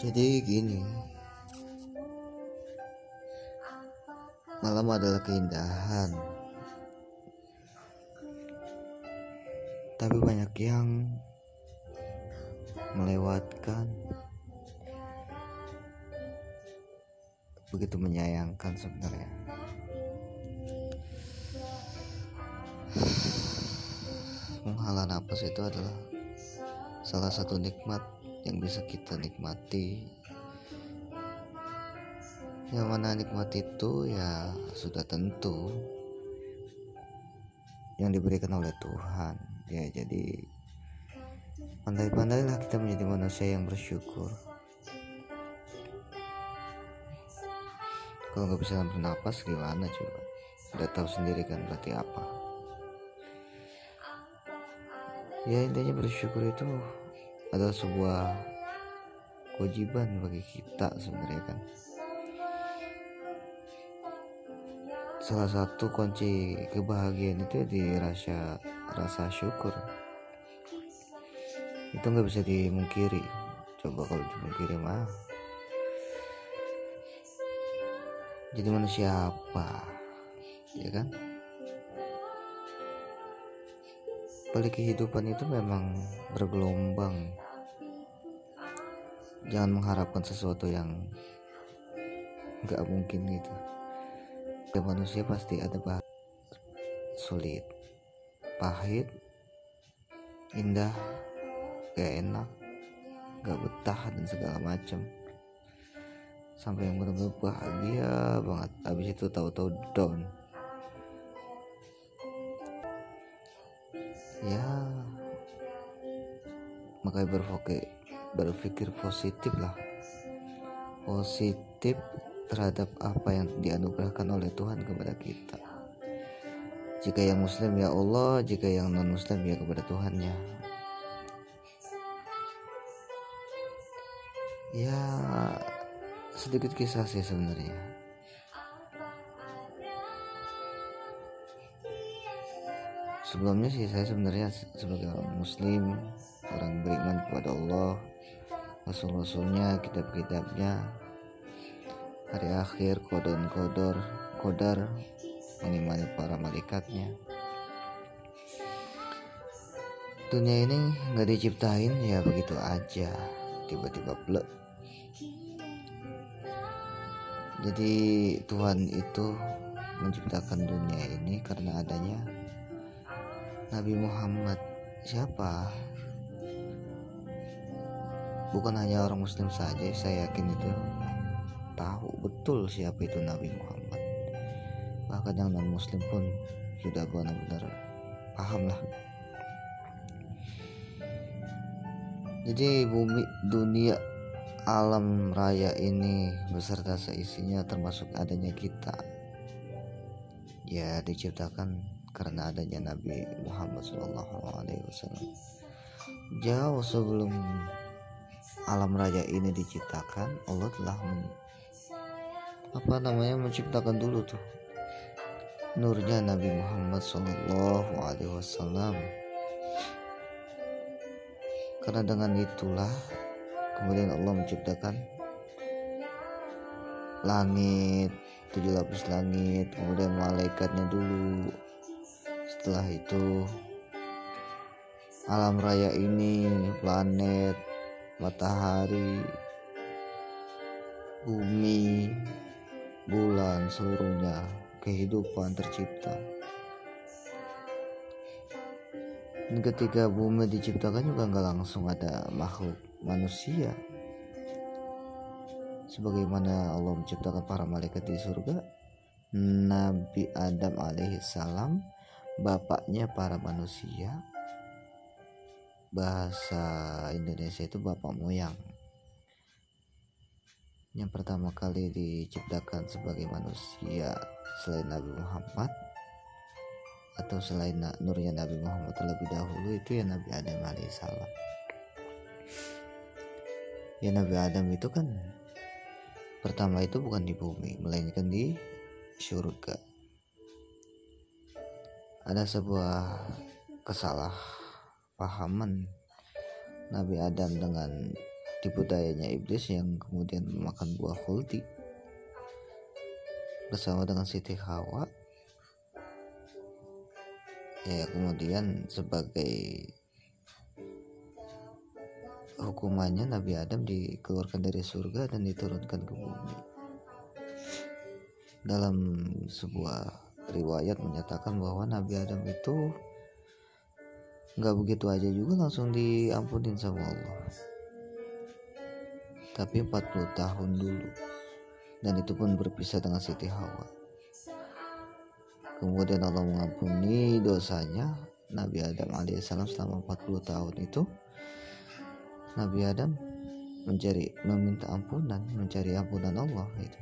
Jadi gini, malam adalah keindahan, tapi banyak yang melewatkan. Begitu menyayangkan sebenarnya. Menghela napas itu adalah salah satu nikmat yang bisa kita nikmati. Yang mana nikmat itu ya sudah tentu yang diberikan oleh Tuhan. Ya jadi pandai-pandailah kita menjadi manusia yang bersyukur. Kalau nggak bisa bernapas gimana coba? Udah tahu sendiri kan berarti apa. Ya intinya bersyukur itu adalah sebuah kewajiban bagi kita sebenarnya kan. Salah satu kunci kebahagiaan itu di rasa syukur. Itu nggak bisa dimungkiri. Coba kalau dimungkiri mah jadi manusia apa, ya kan? Balik kehidupan itu memang bergelombang. Jangan mengharapkan sesuatu yang nggak mungkin gitu. Dan manusia pasti ada sulit, pahit, indah, gak enak, gak betah dan segala macam. Sampai yang benar-benar bahagia banget, habis itu tahu-tahu down. Ya, makanya berpikir positif lah. Positif terhadap apa yang dianugerahkan oleh Tuhan kepada kita. Jika yang muslim ya Allah, jika yang non muslim ya kepada Tuhannya. Ya sedikit kisah sih sebenarnya. Sebelumnya sih saya sebenarnya sebagai orang muslim, orang beriman kepada Allah, Rasul-Rasulnya, kitab-kitabnya, hari akhir, qadar, mengimani para malaikatnya. Dunia ini gak diciptain ya begitu aja, tiba-tiba blek. Jadi Tuhan itu menciptakan dunia ini karena adanya Nabi Muhammad. Siapa? Bukan hanya orang muslim saja, saya yakin itu tahu betul siapa itu Nabi Muhammad. Bahkan yang non muslim pun sudah benar-benar paham lah. Jadi dunia alam raya ini beserta seisinya termasuk adanya kita ya diciptakan karena adanya Nabi Muhammad SAW. Jauh sebelum alam raya ini diciptakan, Allah telah menciptakan dulu tuh nurnya Nabi Muhammad SAW. Karena dengan itulah kemudian Allah menciptakan langit, 7 lapis langit, kemudian malaikatnya dulu. Setelah itu alam raya ini, planet, matahari, bumi, bulan, seluruhnya kehidupan tercipta. Dan ketika bumi diciptakan juga gak langsung ada makhluk manusia. Sebagaimana Allah menciptakan para malaikat di surga, Nabi Adam alaihissalam, bapaknya para manusia. Bahasa Indonesia itu bapak moyang. Yang pertama kali diciptakan sebagai manusia selain Nabi Muhammad, atau selain nurnya Nabi Muhammad terlebih dahulu, itu ya Nabi Adam alaihissalam. Ya Nabi Adam itu kan pertama itu bukan di bumi, melainkan di surga. Ada sebuah kesalahpahaman Nabi Adam dengan tipu dayanya iblis yang kemudian memakan buah khuldi bersama dengan Siti Hawa. Ya, kemudian sebagai hukumannya Nabi Adam dikeluarkan dari surga dan diturunkan ke bumi. Dalam sebuah riwayat menyatakan bahwa Nabi Adam itu nggak begitu aja juga langsung diampunin sama Allah, tapi 40 tahun dulu, dan itu pun berpisah dengan Siti Hawa. Kemudian Allah mengampuni dosanya Nabi Adam alaihissalam selama 40 tahun itu. Nabi Adam meminta ampunan, mencari ampunan Allah itu.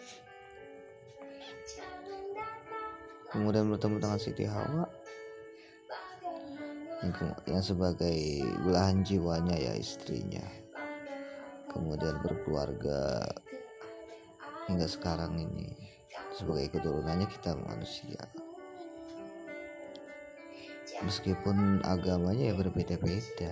Kemudian bertemu dengan Siti Hawa yang sebagai belahan jiwanya, ya istrinya. Kemudian berkeluarga hingga sekarang ini sebagai keturunannya kita manusia. Meskipun agamanya ya berbeda-beda,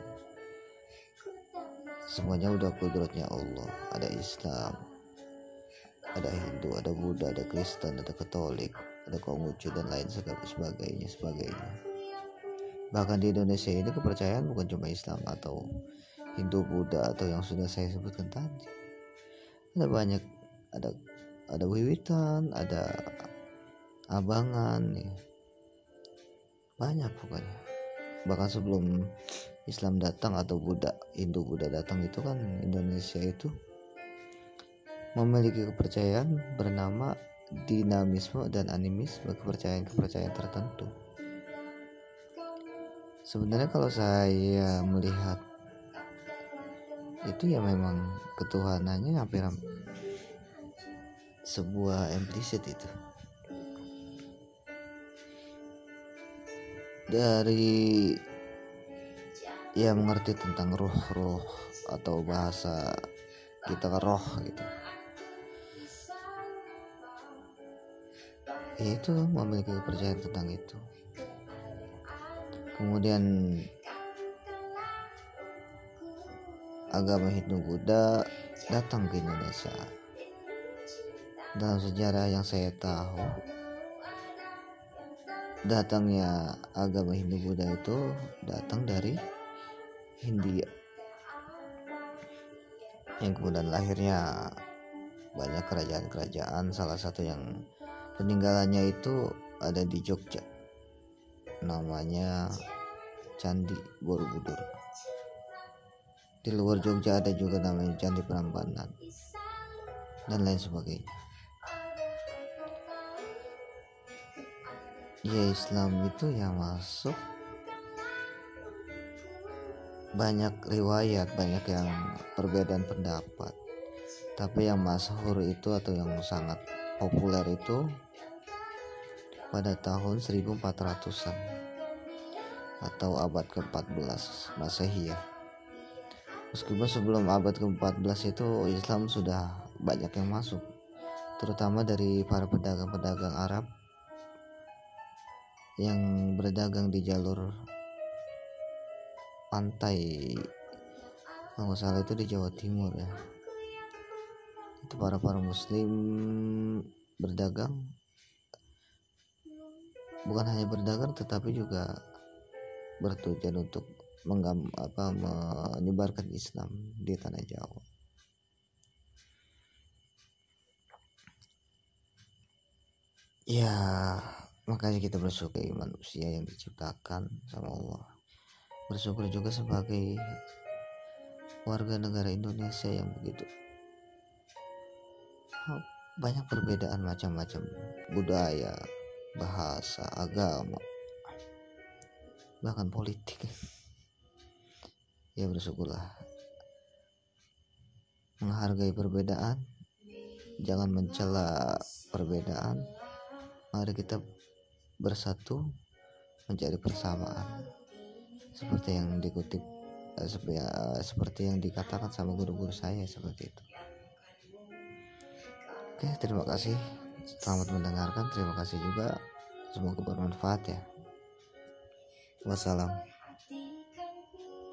semuanya udah kudratnya Allah. Ada Islam, ada Hindu, ada Buddha, ada Kristen, ada Katolik, ada Konghucu dan lain sebagainya. Bahkan di Indonesia ini kepercayaan bukan cuma Islam atau Hindu, Buddha atau yang sudah saya sebutkan tadi. Ada banyak, ada wiwitan, ada abangan, ya. Banyak pokoknya. Bahkan sebelum Islam datang atau Hindu Buddha datang itu kan Indonesia itu memiliki kepercayaan bernama dinamisme dan animisme, kepercayaan tertentu. Sebenarnya kalau saya melihat itu ya memang ketuhanannya hampir sebuah implisit itu. Dari ya mengerti tentang roh atau bahasa kita roh gitu. Ya itu memiliki kepercayaan tentang itu. Kemudian agama Hindu Buddha datang ke Indonesia. Dalam sejarah yang saya tahu, datangnya agama Hindu Buddha itu datang dari Hindia, yang kemudian lahirnya banyak kerajaan-kerajaan. Salah satu yang peninggalannya itu ada di Jogja, namanya Candi Borobudur. Di luar Jogja ada juga namanya Candi Prambanan dan lain sebagainya. Ya, Islam itu yang masuk banyak riwayat, banyak yang perbedaan pendapat, tapi yang masyhur itu atau yang sangat populer itu pada tahun 1400-an atau abad ke-14 Masehi ya. Meskipun sebelum abad ke-14 itu Islam sudah banyak yang masuk, terutama dari para pedagang-pedagang Arab yang berdagang di jalur pantai, kalau nggak salah itu di Jawa Timur ya. Itu para muslim berdagang, bukan hanya berdagang tetapi juga bertujuan untuk menyebarkan Islam di tanah Jawa. Ya, makanya kita bersyukur manusia yang diciptakan sama Allah. Bersyukur juga sebagai warga negara Indonesia yang begitu banyak perbedaan macam-macam budaya, bahasa, agama, bahkan politik. Ya bersyukurlah, menghargai perbedaan, jangan mencela perbedaan. Mari kita bersatu mencari persamaan, seperti yang dikutip seperti yang dikatakan sama guru-guru saya, seperti itu. Oke, terima kasih, selamat mendengarkan. Terima kasih juga, semoga bermanfaat ya. Wassalam.